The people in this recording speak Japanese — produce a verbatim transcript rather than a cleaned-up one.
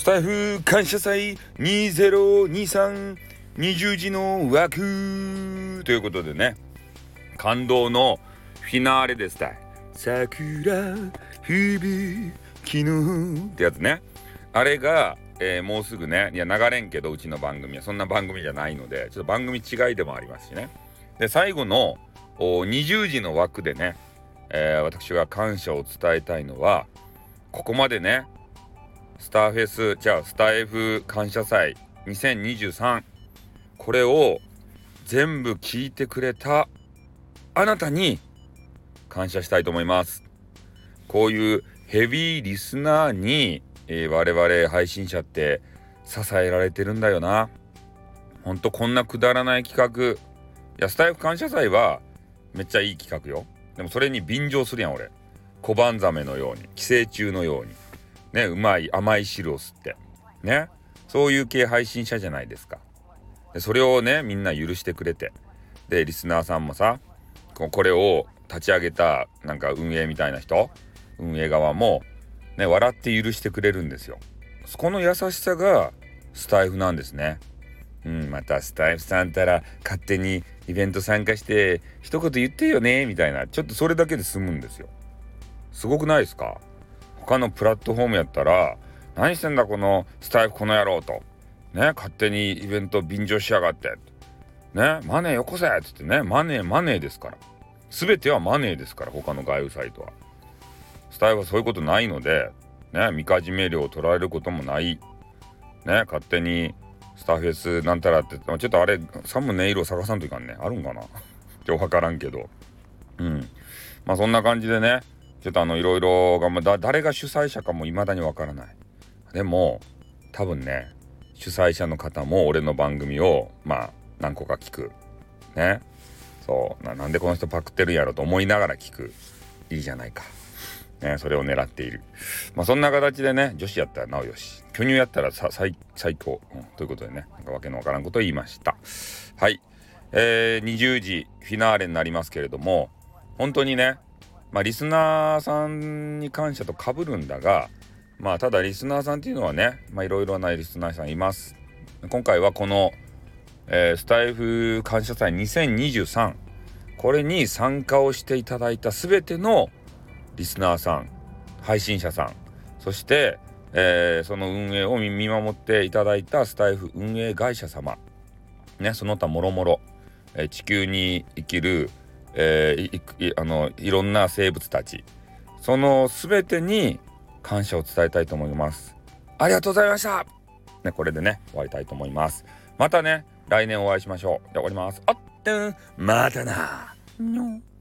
スタイフ感謝祭にせんにじゅうさんにじゅうじの枠ということでね、感動のフィナーレでした。桜吹雪のってやつね。あれが、えー、もうすぐね、いや流れんけどうちの番組はそんな番組じゃないので、ちょっと番組違いでもありますしね。で最後のにじゅうじの枠でね、えー、私が感謝を伝えたいのは、ここまでねスターフェスじゃあスタイフ感謝祭にせんにじゅうさん、これを全部聞いてくれたあなたに感謝したいと思います。こういうヘビーリスナーに、えー、我々配信者って支えられてるんだよな。ほんとこんなくだらない企画、いやスタイフ感謝祭はめっちゃいい企画よ。でもそれに便乗するやん俺。小判ザメのように、寄生虫のようにね、うまい甘い汁を吸ってね、そういう系配信者じゃないですか。でそれをねみんな許してくれて、でリスナーさんもさ、これを立ち上げたなんか運営みたいな人、運営側もね笑って許してくれるんですよ。そこの優しさがスタイフなんですね。うん、またスタイフさんたら勝手にイベント参加して一言言ってよねみたいな、ちょっとそれだけで済むんですよ。すごくないですか？他のプラットフォームやったら、何してんだこのスタイフこの野郎とね、勝手にイベント便乗しやがってね、マネーよこせっつってね、マネーマネーですから、全てはマネーですから、他の外部サイトは。スタイフはそういうことないのでね、みかじめ料を取られることもないね、勝手にスターフェスなんたらって、ちょっとあれサムネイルを探さんといかんね、あるんかな今日分からんけど、うんまあそんな感じでね、ちょっとあのいろいろが、まあ、だ誰が主催者かも未だにわからない。でも多分ね、主催者の方も俺の番組をまあ何個か聞くね。そうな、なんでこの人パクってるんやろと思いながら聞く。いいじゃないかね、それを狙っている。まあそんな形でね、女子やったらなおよし、巨乳やったらさ最最高、うん、ということでね、なんかわけのわからんことを言いました。はい、えー、にじゅうじフィナーレになりますけれども、本当にね、まあリスナーさんに感謝と被るんだが、まあただリスナーさんっていうのはね、まあいろいろなリスナーさんいます。今回はこの、えー、スタイフ感謝祭にせんにじゅうさん、これに参加をしていただいたすべてのリスナーさん、配信者さん、そして、えー、その運営を見守っていただいたスタイフ運営会社様ね、その他もろもろ、えー、地球に生きるえー、い, い, あのいろんな生物たち、その全てに感謝を伝えたいと思います。ありがとうございました、ね、これでね終わりたいと思います。またね来年お会いしましょう。じゃあ終わります。あってん、またな。